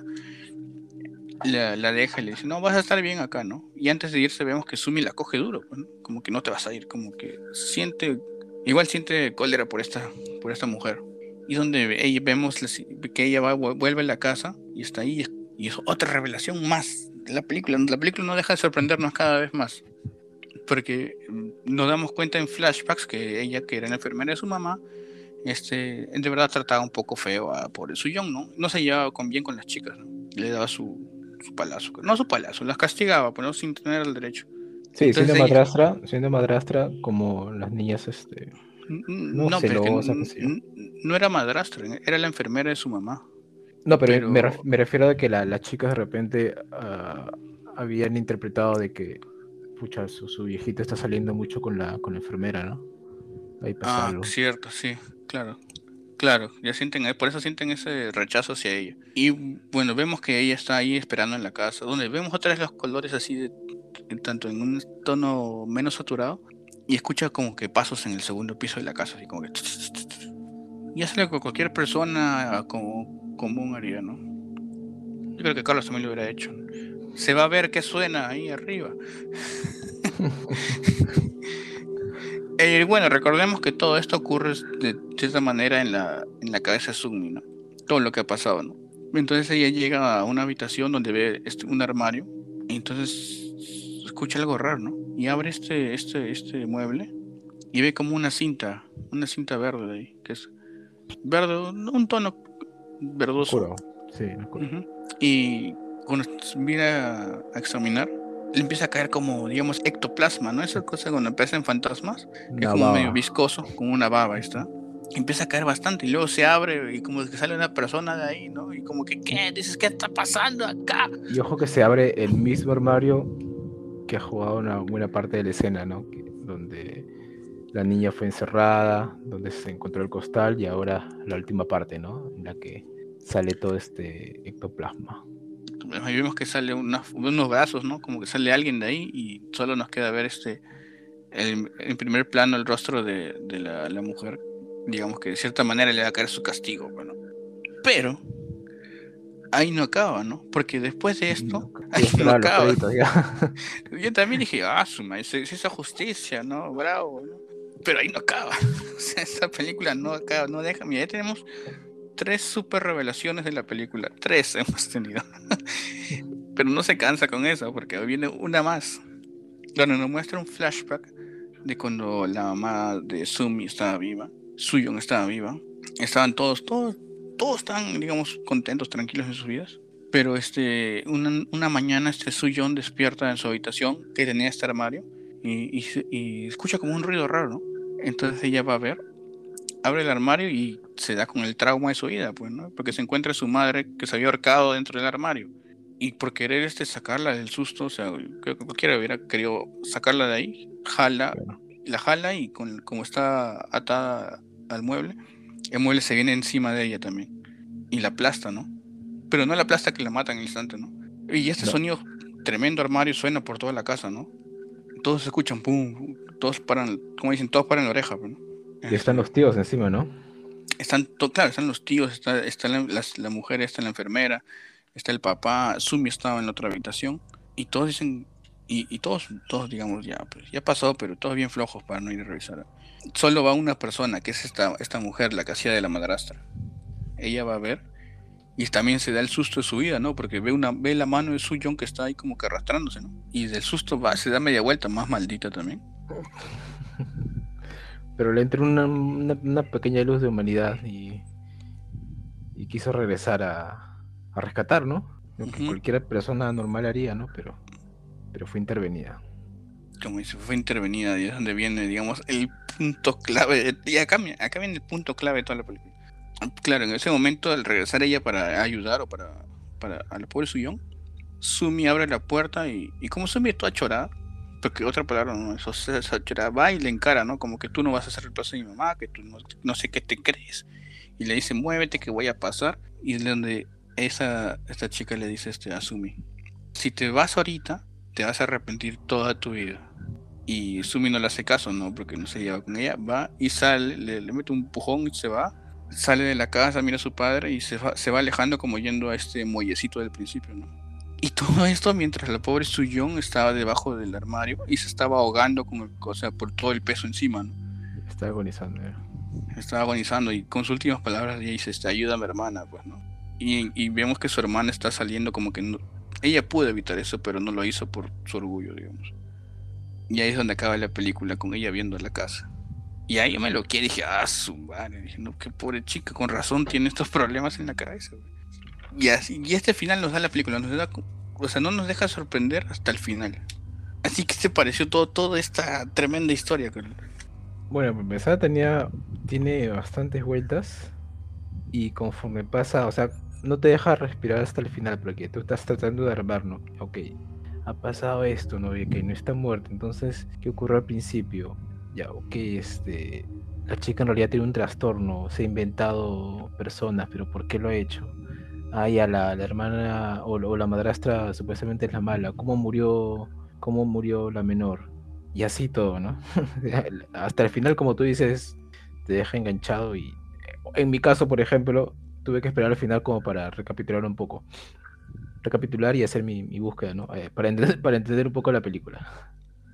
la, la deja y le dice, no, vas a estar bien acá, ¿no? Y antes de irse vemos que Sumi la coge duro, pues, ¿no? Como que no te vas a ir, como que siente, igual siente cólera por esta, por esta mujer. Y donde ella, vemos que ella va, vuelve a la casa y está ahí, y es otra revelación más de la película. La película no deja de sorprendernos cada vez más, porque nos damos cuenta en flashbacks que ella, que era la enfermera de su mamá, este, de verdad trataba un poco feo a por su Young, ¿no? No se llevaba con bien con las chicas, ¿no? Le daba su, su palazo, no su palazo, las castigaba, pero no sin tener el derecho. Sí, siendo Entonces ella, madrastra, siendo madrastra como las niñas, este, no no, pero es que celosas, qué sé yo. no era madrastra, era la enfermera de su mamá. No, pero me, ref- Pero, me refiero a que la, las chicas de repente ah, habían interpretado de que, pucha, su, su viejito está saliendo mucho con la, con la enfermera, ¿no? Ahí pasa ah, algo. cierto, sí, claro. Claro, ya sienten, por eso sienten ese rechazo hacia ella. Y bueno, vemos que ella está ahí esperando en la casa, donde vemos otra vez los colores así, de, en- tanto en un tono menos saturado, y escucha como que pasos en el segundo piso de la casa, así como que... Y hace lo que cualquier persona como, común haría, ¿no? Yo creo que Carlos también lo hubiera hecho. ¿No? Se va a ver qué suena ahí arriba. Eh, bueno, recordemos que todo esto ocurre de cierta manera en la, en la cabeza de Sumi, ¿no? Todo lo que ha pasado, ¿no? Entonces ella llega a una habitación donde ve este, un armario y entonces escucha algo raro, ¿no? Y abre este, este, este mueble y ve como una cinta, una cinta verde ahí, que es verde, un, un tono verdoso. Oscuro, sí, oscuro. Ujú. Y cuando mira a examinar, le empieza a caer como, digamos, ectoplasma, ¿no? Esa cosa cuando aparecen fantasmas, que es Una como medio baba. viscoso, como una baba, ahí está. Empieza a caer bastante y luego se abre y como que sale una persona de ahí, ¿no? Y como que, ¿qué? Dices, ¿qué está pasando acá? Y ojo que se abre el mismo armario que ha jugado una buena parte de la escena, ¿no? Que- donde la niña fue encerrada, donde se encontró el costal y ahora la última parte, ¿no? En la que sale todo este ectoplasma. Ahí vemos que sale una- unos brazos, ¿no? Como que sale alguien de ahí y solo nos queda ver este, el, en primer plano el rostro de, de la, la mujer. Digamos que de cierta manera le va a caer su castigo, bueno. Pero ahí no acaba, ¿no? Porque después de esto, No, ahí quiero no esperar a los acaba. créditos ya. Yo también dije, ah, su madre, se se hizo justicia, ¿no? Bravo, ¿no? Pero ahí no acaba. O sea, esta película no acaba, no deja. Mira, ya tenemos tres super revelaciones de la película. Tres hemos tenido. Pero no se cansa con eso, porque viene una más. Donde nos muestra un flashback de cuando la mamá de Sumi estaba viva, Suyong estaba viva. Estaban todos, todos, todos estaban, digamos, contentos, tranquilos en sus vidas. Pero este, una, una mañana este Suyong despierta en su habitación que tenía este armario y, y, se- y escucha como un ruido raro, ¿no? Entonces ella va a ver, abre el armario y se da con el trauma de su vida, pues, ¿no? Porque se encuentra a su madre que se había ahorcado dentro del armario. Y por querer este sacarla del susto, o sea, creo que cualquiera hubiera querido sacarla de ahí, jala, Claro. la jala y con, como está atada al mueble, el mueble se viene encima de ella también. Y la aplasta, ¿no? Pero no la aplasta que la mata en el instante, ¿no? Y este No. sonido, tremendo armario, suena por toda la casa, ¿no? Todos escuchan, pum, pum, todos paran, como dicen, todos paran la oreja, pues, ¿no? Y están Este, los tíos encima, ¿no? están, to- claro, están los tíos, está, está la, las- la mujer, está la enfermera, está el papá, Sumi estaba en la otra habitación, y todos dicen, y, y todos, todos digamos, ya, pues, ya pasó, pero todos bien flojos para no ir a revisar. Solo va una persona, que es esta, esta mujer, la que hacía de la madrastra. Ella va a ver, y también se da el susto de su vida, ¿no? Porque ve una, ve la mano de Su Young que está ahí como que arrastrándose, ¿no? Y del susto va, se da media vuelta, más maldita también. Pero le entró una, una, una pequeña luz de humanidad y, y quiso regresar a, a rescatar, ¿no? Lo que Ujú. cualquier persona normal haría, ¿no? Pero, pero fue intervenida. Como dice, fue intervenida y es donde viene, digamos, el punto clave. de- y acá, mi- acá viene el punto clave de toda la película. Claro, en ese momento, al regresar ella para ayudar o para, para a la pobre Suyón, Sumi abre la puerta y, y como Sumi es toda chorada, porque otra palabra no, eso esa esa chorada, va y le encara, ¿no? Como que tú no vas a hacer el paso de mi mamá, que tú no, no sé qué te crees. Y le dice, muévete que voy a pasar. Y es donde esa, esta chica le dice este, a Sumi, si te vas ahorita, te vas a arrepentir toda tu vida. Y Sumi no le hace caso, ¿no? Porque no se lleva con ella. Va y sale, le, le mete un empujón y se va. Sale de la casa, mira a su padre y se va, se va alejando como yendo a este muellecito del principio, ¿no? Y todo esto mientras la pobre Suyong estaba debajo del armario y se estaba ahogando con el, o sea, por todo el peso encima, ¿no? Está agonizando. ¿Eh? Estaba agonizando y con sus últimas palabras ella dice, este, ayuda a mi hermana, pues, ¿no? Y, y vemos que su hermana está saliendo como que no, ella pudo evitar eso, pero no lo hizo por su orgullo, digamos. Y ahí es donde acaba la película, con ella viendo la casa. Y ahí me lo que dije, ah, su madre, dije, no, qué pobre chica, con razón tiene estos problemas en la cabeza. Güey. Y así, y este final nos da la película, nos da, o sea, no nos deja sorprender hasta el final. Así que te pareció todo, toda esta tremenda historia, Carlos. Bueno, para empezar tenía, tiene bastantes vueltas y conforme pasa, o sea, no te deja respirar hasta el final porque tú estás tratando de armar, ¿no? Ok, ha pasado esto, ¿no? Y que no está muerto, entonces, ¿qué ocurrió al principio? Ya, ok, este, la chica en realidad tiene un trastorno, se ha inventado personas, pero ¿por qué lo ha hecho? Ah, ya, la, la hermana o, o la madrastra supuestamente es la mala. ¿Cómo murió, cómo murió la menor? Y así todo, ¿no? Hasta el final, como tú dices, te deja enganchado y en mi caso, por ejemplo, tuve que esperar al final como para recapitular un poco. Recapitular y hacer mi, mi búsqueda, ¿no? Eh, para entender, para entender un poco la película.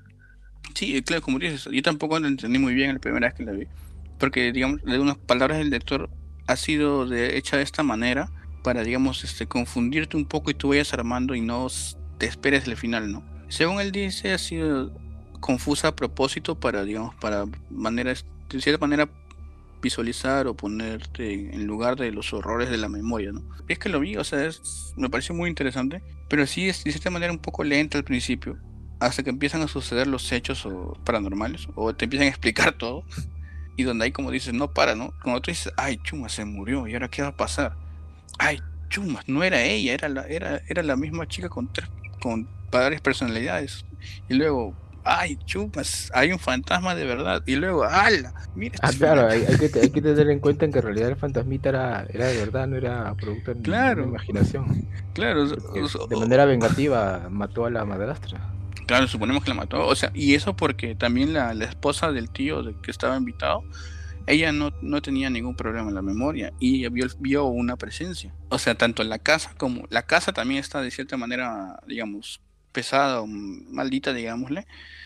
Sí, claro, como dices, yo tampoco lo entendí muy bien la primera vez que la vi, porque, digamos, de unas palabras del lector ha sido de, hecha de esta manera para, digamos, este, confundirte un poco y tú vayas armando y no s- te esperes el final, ¿no? Según él dice, ha sido confusa a propósito para, digamos, para maneras, de cierta manera, visualizar o ponerte en lugar de los horrores de la memoria, ¿no? Y es que lo vi, o sea, es- me pareció muy interesante, pero sí es de cierta manera un poco lenta al principio, hasta que empiezan a suceder los hechos o paranormales, o te empiezan a explicar todo, y donde ahí como dices, no para, ¿no? Cuando tú dices, ay, chuma, se murió, ¿y ahora qué va a pasar? Ay, chuma, no era ella, era la, era, era la misma chica con tres, con varias personalidades. Y luego, ay, chumas, hay un fantasma de verdad. Y luego, ¡ala! Mira Ah, este claro, final. hay, hay que, te- hay que tener en cuenta en que en realidad el fantasmita era, era de verdad, no era producto de ninguna Claro, imaginación. claro, o- Porque de o- manera o- vengativa mató a la madrastra. claro, suponemos que la mató. O sea, y eso porque también la, la esposa del tío de que estaba invitado, ella no, no tenía ningún problema en la memoria y vio, vio una presencia. O sea, tanto en la casa como la casa también está de cierta manera, digamos, pesada o maldita, digámosle.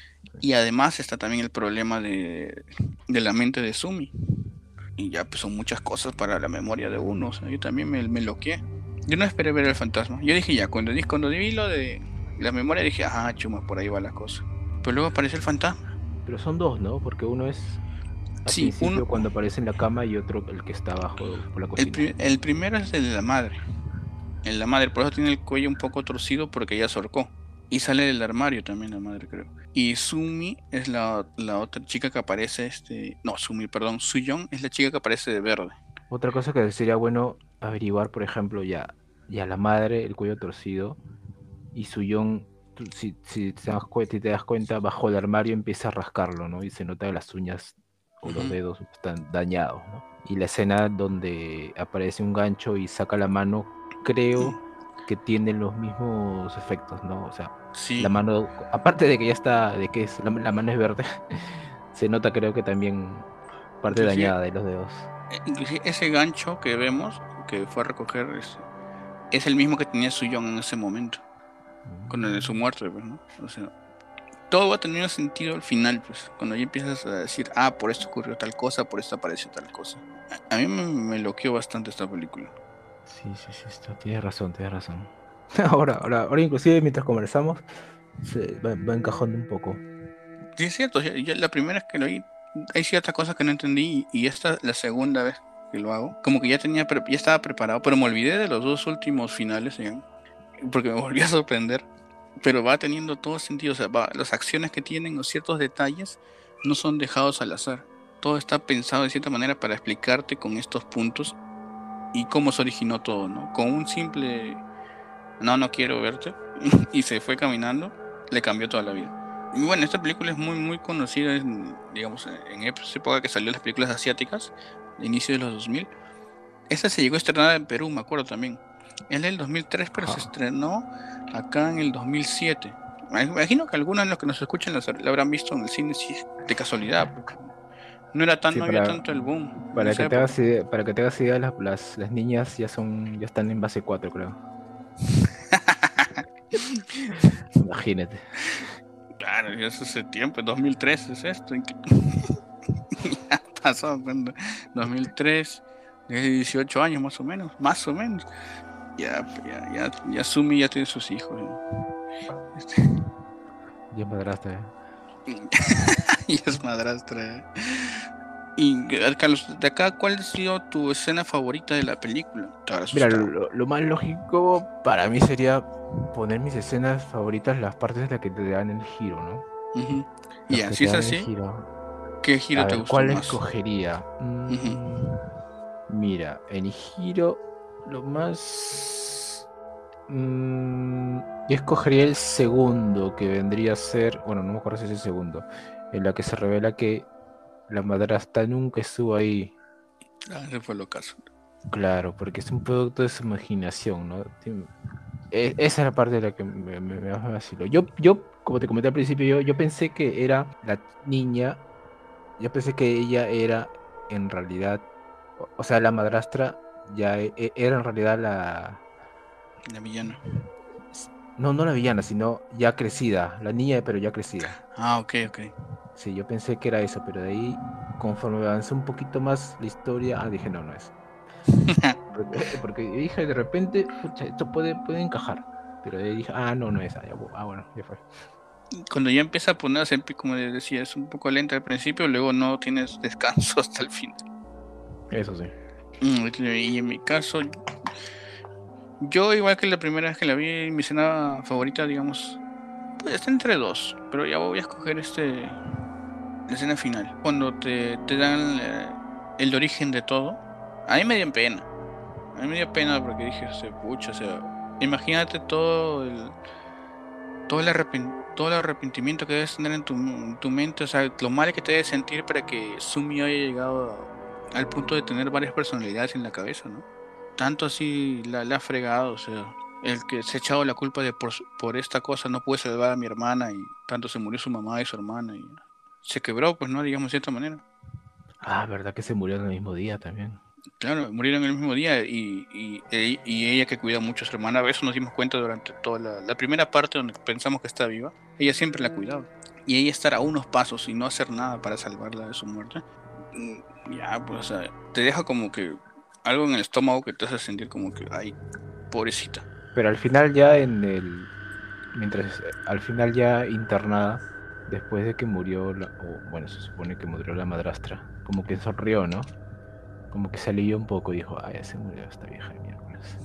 Y además está también el problema de, de la mente de Sumi. Y ya pues son muchas cosas para la memoria de uno. O sea, yo también me, me loqueé. Yo no esperé ver el fantasma. Yo dije ya, cuando, di- cuando vi lo de la memoria dije, ah, chuma, por ahí va la cosa. Pero luego aparece el fantasma. Pero son dos, ¿no? Porque uno es al Sí, uno, principio cuando aparece en la cama y otro el que está abajo por la el, cocina. pri- el primero es el de la madre. El de la madre, por eso tiene el cuello un poco torcido porque ella se ahorcó. Y sale del armario también la madre, creo. Y Sumi es la, la otra chica que aparece, este... No, Sumi, perdón. Suyeon es la chica que aparece de verde. Otra cosa que sería bueno averiguar, por ejemplo, ya, ya la madre, el cuello torcido, y Suyón, tú- si, si te das cuenta, si te das cuenta, bajo el armario empieza a rascarlo, ¿no? Y se nota que las uñas o los Ujú. dedos están dañados, ¿no? Y la escena donde aparece un gancho y saca la mano, creo que tiene los mismos efectos, ¿no? O sea, la Sí. mano, aparte de que ya está, de que es, la, la mano es verde, se nota creo que también parte Inclusive, dañada de los dedos. eh, inclusive ese gancho que vemos, que fue a recoger, es, es el mismo que tenía Suyeon en ese momento. Con el de su Mm. muerte, pues, ¿no? O sea, todo va a tener sentido al final, pues. Cuando ya empiezas a decir, ah, por esto ocurrió tal cosa, por esto apareció tal cosa. A, a mí me, me loqueó bastante esta película. Sí, sí, sí, está, tienes razón, tienes razón. Ahora, ahora, ahora inclusive mientras conversamos, se va, va encajando un poco. Sí, es cierto, ya- ya la primera vez que lo vi, hay ciertas cosas que no entendí y, y esta la segunda vez que lo hago, como que ya tenía, pre- ya estaba preparado, pero me olvidé de los dos últimos finales, ya, porque me volví a sorprender, pero va teniendo todo sentido, o sea, va- las acciones que tienen o ciertos detalles no son dejados al azar, todo está pensado de cierta manera para explicarte con estos puntos y cómo se originó todo, ¿no? Con un simple, no, no quiero verte, y se fue caminando, le cambió toda la vida. Y bueno, esta película es muy, muy conocida, en, digamos, en esa época que salió las películas asiáticas, de inicio de los dos mil. Esta se llegó a estrenar en Perú, me acuerdo también. Es del dos mil tres, pero se Ajá. estrenó acá en el dos mil siete. Me imagino que algunos de los que nos escuchan la la habrán visto en el cine sí, de casualidad, porque no era tan, Sí, no había para, tanto el boom en para esa que te época. hagas idea, para que te hagas idea, las, las, las niñas ya son, ya están en base cuatro, creo. Imagínate. Claro, ya eso hace tiempo, dos mil tres es esto. ¿En qué- ya pasó cuando dos mil tres, de dieciocho años más o menos, más o menos. Ya, pues, ya, ya, ya Sumi ya tiene sus hijos. Ya, Este, Ya madrastra, ¿eh? y es madrastra. ¿Eh? Y eh, Carlos, de acá, ¿cuál ha sido tu escena favorita de la película? Te habrá Mira, asustado. lo, lo más lógico para mí sería poner mis escenas favoritas, las partes en las que te dan el giro, ¿no? Ujú. Los Ya, que si te es dan el así, giro. ¿Qué giro A te ver, gustó ¿cuál más? escogería? Ujú. Mm, mira, en giro, lo más... mm, yo escogería el segundo, que vendría a ser... Bueno, no me acuerdo si es el segundo. En la que se revela que la madrastra nunca estuvo ahí. Ah, ese fue lo caso. Claro, porque es un producto de su imaginación, ¿no? Tien- e- Esa es la parte de la que me, me, me más vacilo. Yo, yo, como te comenté al principio, yo, yo pensé que era la niña, yo pensé que ella era en realidad, o, o sea, la madrastra ya e- e- era en realidad la, La villana. s- no, no la villana, sino ya crecida, la niña, pero ya crecida. Ah, ok, ok. Sí, yo pensé que era eso, pero de ahí, conforme avanzó un poquito más la historia, ah, dije, no, no es. Porque, porque dije de repente, pucha, esto puede, puede encajar. Pero de ahí dije, ah, no, no es. Ah, ya, bu- ah, bueno, ya fue. Cuando ya empieza a ponerse, como les decía, es un poco lenta al principio, luego no tienes descanso hasta el final. Eso sí. Mm, Y en mi caso, yo igual que la primera vez que la vi, mi escena favorita, digamos, pues está entre dos, pero ya voy a escoger este, la escena final, cuando te, te dan eh, el origen de todo. A mí me dio pena, a mí me dio pena porque dije, o sea, pucha, o sea, imagínate todo el, todo el arrepen- todo el arrepentimiento que debes tener en tu, en tu mente, o sea, lo mal que te debes sentir para que Sumi haya llegado a- al punto de tener varias personalidades en la cabeza, ¿no? Tanto así la, la ha fregado, o sea, el que se ha echado la culpa de por, su- por esta cosa no pude salvar a mi hermana y tanto se murió su mamá y su hermana y se quebró, pues, ¿no? Digamos de cierta manera. Ah, ¿verdad que se murió en el mismo día también? Claro, murieron el mismo día y, y, e- y ella que cuida mucho a su hermana, a eso nos dimos cuenta durante toda la, la primera parte donde pensamos que está viva, ella siempre la cuidaba. Y ella estar a unos pasos y no hacer nada para salvarla de su muerte, mm, ya, pues, o sea, te deja como que algo en el estómago que te hace sentir como que, ay, pobrecita. Pero al final ya en el... Mientras, eh, al final ya internada, después de que murió, la, o bueno, se supone que murió la madrastra, como que sonrió, ¿no? Como que se alivió un poco y dijo, ah, ya se murió esta vieja de miércoles.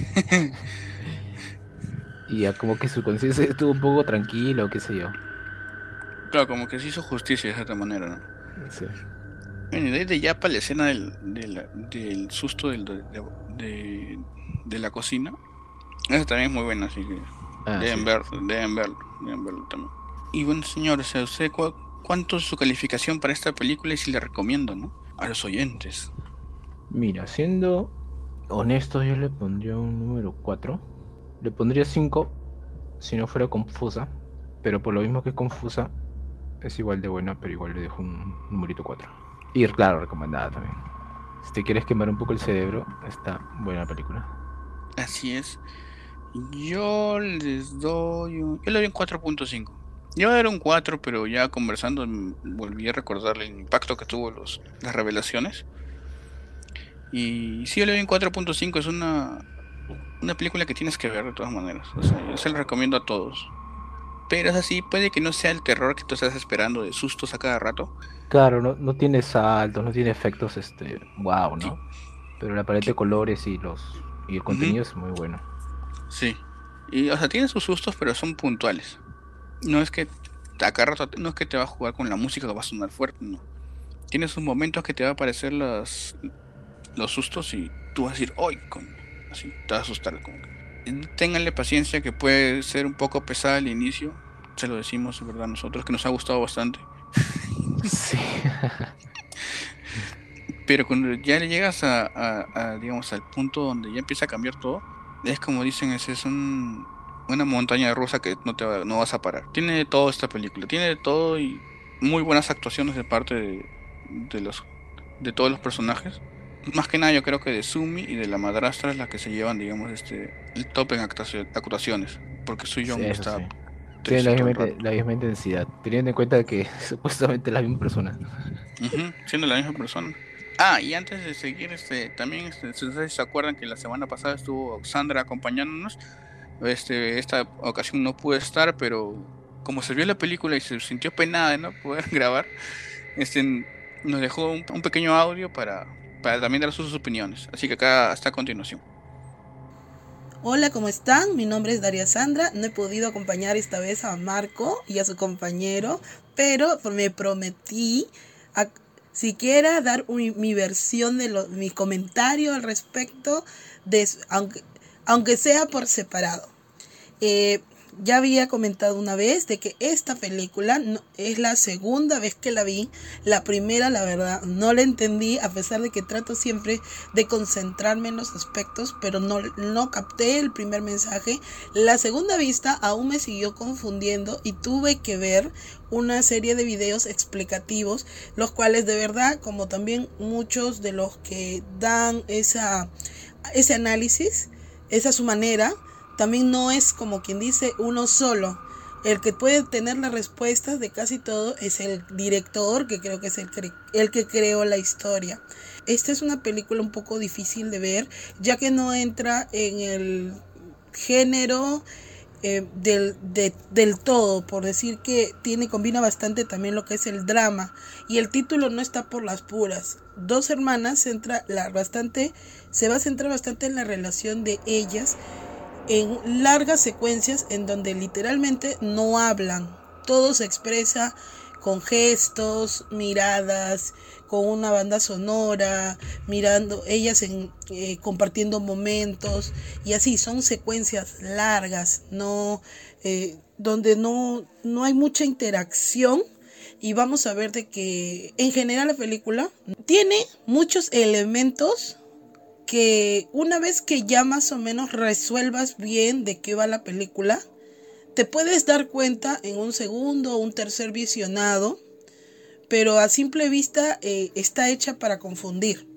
Y ya como que su conciencia estuvo un poco tranquila o qué sé yo. Claro, como que se hizo justicia de cierta manera, ¿no? Sí. Bueno, y desde ya para la escena del, del, del susto del, de, de, de la cocina, esa también es muy buena, así que Ah, deben sí. ver, deben verlo, deben verlo también. Y bueno, señor, o sea, ¿usted cu- cuánto es su calificación para esta película y si le recomiendo, ¿no? A los oyentes. Mira, siendo honesto, yo le pondría un número cuatro. Le pondría cinco si no fuera confusa, pero por lo mismo que es confusa, es igual de buena, pero igual le dejo un numerito cuatro. Y claro, recomendada también. Si te quieres quemar un poco el cerebro, está buena película. Así es. Yo les doy un... Yo le doy un cuatro punto cinco. Yo a dar un cuatro, pero ya conversando mm, volví a recordarle el impacto que tuvo los, las revelaciones. Y sí, yo le doy un cuatro punto cinco. Es una, una película que tienes que ver de todas maneras. O sea, yo se la recomiendo a todos. Pero es así, puede que no sea el terror que tú estás esperando de sustos a cada rato. Claro, no, no tiene saltos, no tiene efectos, este, wow, Ti- ¿no? Pero la paleta de ti- colores y los y el Ujú, contenido es muy bueno. sí. Y, o sea, tiene sus sustos, pero son puntuales. No es que a cada rato, no es que te va a jugar con la música que va a sonar fuerte, no. Tienes sus momentos que te va a aparecer las, los sustos y tú vas a decir, ¡ay, coño! Así, te va a asustar. Como que. Ténganle paciencia, que puede ser un poco pesada al inicio. Se lo decimos, ¿verdad? Nosotros, que nos ha gustado bastante. Sí. Pero cuando ya le llegas a, a- a, digamos, al punto donde ya empieza a cambiar todo, es como dicen, es, es un, una montaña rusa que no te va- no vas a parar. Tiene de todo esta película, tiene de todo y muy buenas actuaciones de parte de, de los de todos los personajes. Más que nada yo creo que de Sumi y de la madrastra es la que se llevan, digamos, este el top en actuacio- actuaciones, porque Soo Sí, Young eso está sí. Tienen triste la todo misma, el inte- rato. la misma intensidad, teniendo en cuenta que supuestamente es la misma persona. Ujú, siendo la misma persona. Ah, y antes de seguir, este, también, este, si ustedes se acuerdan que la semana pasada estuvo Sandra acompañándonos, este, esta ocasión no pude estar, pero como se vio la película y se sintió penada de no poder grabar, este, nos dejó un, un pequeño audio para, para también dar sus opiniones. Así que acá está a continuación. Hola, ¿cómo están? Mi nombre es Daria Sandra. No he podido acompañar esta vez a Marco y a su compañero, pero me prometí a, siquiera dar un, mi versión de lo, mi comentario al respecto, de, aunque, aunque sea por separado. Eh, ya había comentado una vez de que esta película no, es la segunda vez que la vi. La primera, la verdad, no la entendí, a pesar de que trato siempre de concentrarme en los aspectos, pero no, no capté el primer mensaje. La segunda vista aún me siguió confundiendo y tuve que ver una serie de videos explicativos, los cuales de verdad, como también muchos de los que dan esa, ese análisis, esa es su manera. También no es como quien dice uno solo. El que puede tener las respuestas de casi todo es el director, que creo que es el, cre- el que creó la historia. Esta es una película un poco difícil de ver, ya que no entra en el género eh, del, de, del todo, por decir que tiene, combina bastante también lo que es el drama. Y el título no está por las puras. Dos hermanas se, entra la, bastante, se va a centrar bastante en la relación de ellas, en largas secuencias en donde literalmente no hablan, todo se expresa con gestos, miradas, con una banda sonora, mirando ellas en, eh, compartiendo momentos, y así son secuencias largas, no eh, donde no, no hay mucha interacción. Y vamos a ver de que en general la película tiene muchos elementos que una vez que ya más o menos resuelvas bien de qué va la película, te puedes dar cuenta en un segundo o un tercer visionado, pero a simple vista eh, está hecha para confundir.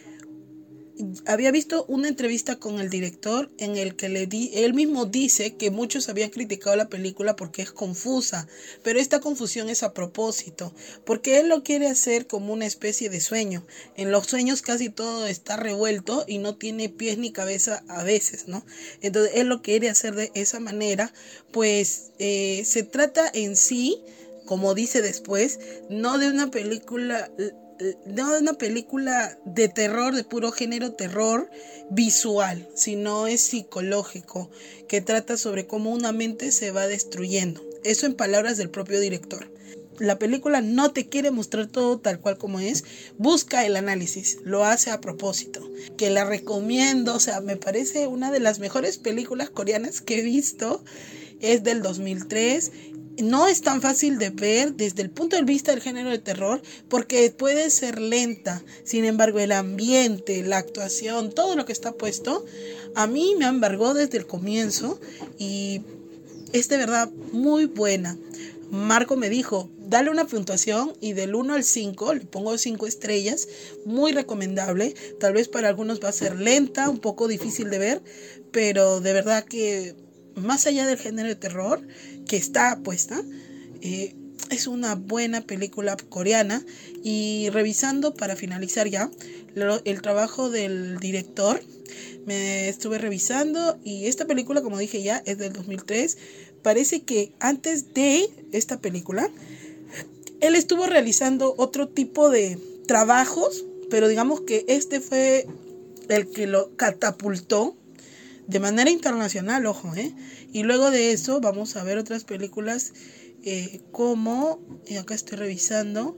Había visto una entrevista con el director en el que le di, él mismo dice que muchos habían criticado la película porque es confusa, pero esta confusión es a propósito, porque él lo quiere hacer como una especie de sueño. En los sueños casi todo está revuelto y no tiene pies ni cabeza a veces, ¿no? Entonces él lo quiere hacer de esa manera, pues eh, se trata en sí, como dice después, no de una película... no de una película de terror, de puro género terror visual, sino es psicológico, que trata sobre cómo una mente se va destruyendo. Eso en palabras del propio director. La película no te quiere mostrar todo tal cual como es, busca el análisis, lo hace a propósito, que la recomiendo. O sea, me parece una de las mejores películas coreanas que he visto, es del dos mil tres. No es tan fácil de ver desde el punto de vista del género de terror, porque puede ser lenta. Sin embargo, el ambiente, la actuación, todo lo que está puesto, a mí me embargó desde el comienzo y es de verdad muy buena. Marco me dijo, dale una puntuación, y del uno al cinco le pongo cinco estrellas, muy recomendable. Tal vez para algunos va a ser lenta, un poco difícil de ver, pero de verdad que más allá del género de terror que está puesta, eh, es una buena película coreana. Y revisando para finalizar ya lo, el trabajo del director, me estuve revisando y esta película, como dije ya, es del dos mil tres. Parece que antes de esta película él estuvo realizando otro tipo de trabajos, pero digamos que este fue el que lo catapultó de manera internacional, ojo, ¿eh? Y luego de eso vamos a ver otras películas eh, como, eh, acá estoy revisando,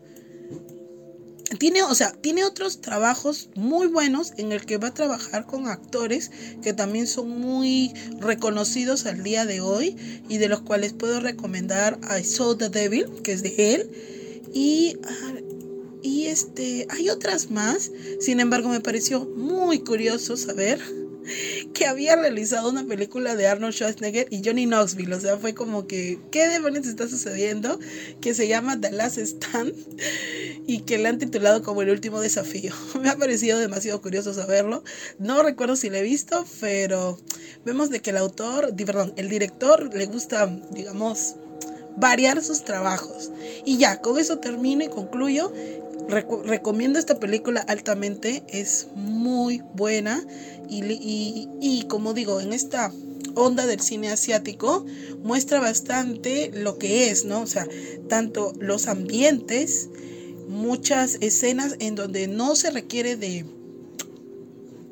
tiene, o sea, tiene otros trabajos muy buenos en el que va a trabajar con actores que también son muy reconocidos al día de hoy, y de los cuales puedo recomendar I Saw the Devil, que es de él, y... y este, hay otras más. Sin embargo, me pareció muy curioso saber que había realizado una película de Arnold Schwarzenegger y Johnny Knoxville. O sea, fue como que, ¿qué demonios está sucediendo? Que se llama The Last Stand y que le han titulado como El Último Desafío. Me ha parecido demasiado curioso saberlo. No recuerdo si lo he visto, pero vemos de que el autor, perdón, el director le gusta, digamos, variar sus trabajos. Y ya, con eso termino y concluyo. Reco- recomiendo esta película altamente, es muy buena y, y, y como digo, en esta onda del cine asiático muestra bastante lo que es, ¿no? O sea, tanto los ambientes, muchas escenas en donde no se requiere de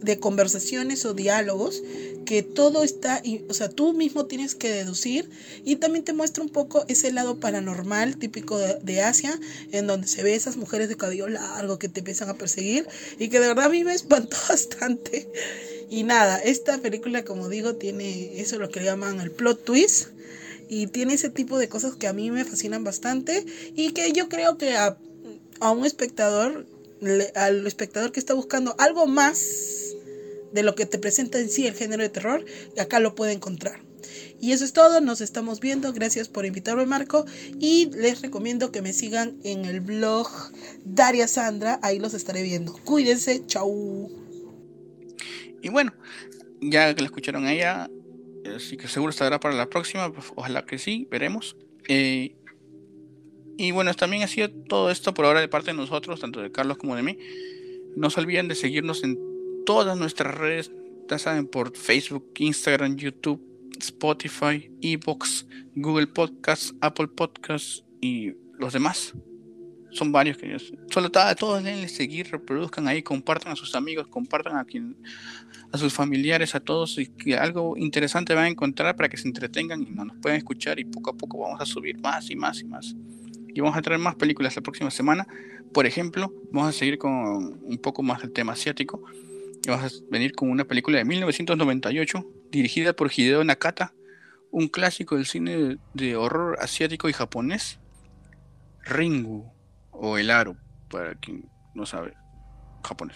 de conversaciones o diálogos que todo está, o sea, tú mismo tienes que deducir, y también te muestra un poco ese lado paranormal típico de, de Asia, en donde se ve esas mujeres de cabello largo que te empiezan a perseguir y que de verdad a mí me espantó bastante. Y nada, esta película, como digo, tiene eso, lo que le llaman el plot twist, y tiene ese tipo de cosas que a mí me fascinan bastante y que yo creo que a, a un espectador, le, al espectador que está buscando algo más de lo que te presenta en sí el género de terror, acá lo puede encontrar. Y eso es todo, nos estamos viendo, gracias por invitarme, Marco, y les recomiendo que me sigan en el blog Daria Sandra, ahí los estaré viendo. Cuídense, chau. Y bueno, ya que la escucharon a ella, así que seguro estará para la próxima, pues, ojalá que sí, veremos. Eh, y bueno, también ha sido todo esto por ahora de parte de nosotros, tanto de Carlos como de mí. No se olviden de seguirnos en todas nuestras redes, ya saben, por Facebook, Instagram, YouTube, Spotify, Evox, Google Podcasts, Apple Podcasts y los demás. Son varios que ellos. Solo a todos denle seguir, reproduzcan ahí, compartan a sus amigos, compartan a quien, a sus familiares, a todos, y que algo interesante van a encontrar para que se entretengan y no nos puedan escuchar, y poco a poco vamos a subir más y más y más. Y vamos a traer más películas la próxima semana. Por ejemplo, vamos a seguir con un poco más del tema asiático. Y vamos a venir con una película de mil novecientos noventa y ocho, dirigida por Hideo Nakata, un clásico del cine de horror asiático y japonés, Ringu, o El Aro, para quien no sabe japonés.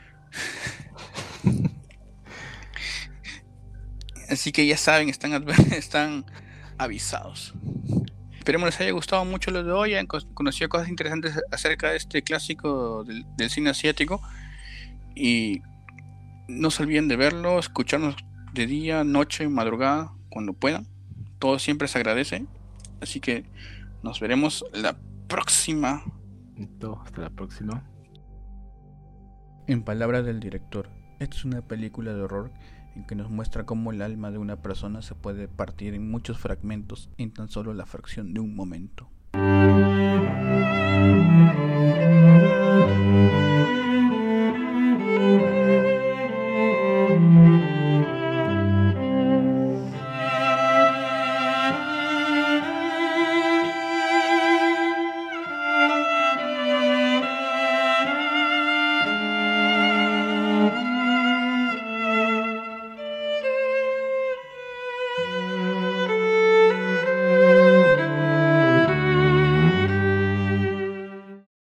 Así que ya saben, están, adver- están avisados. Esperemos les haya gustado mucho lo de hoy, hayan conocido cosas interesantes acerca de este clásico del, del cine asiático, y no se olviden de verlo, escucharnos de día, noche, madrugada, cuando puedan. Todo siempre se agradece. Así que nos veremos la próxima. Listo, hasta la próxima. En palabras del director, esta es una película de horror en que nos muestra cómo el alma de una persona se puede partir en muchos fragmentos en tan solo la fracción de un momento.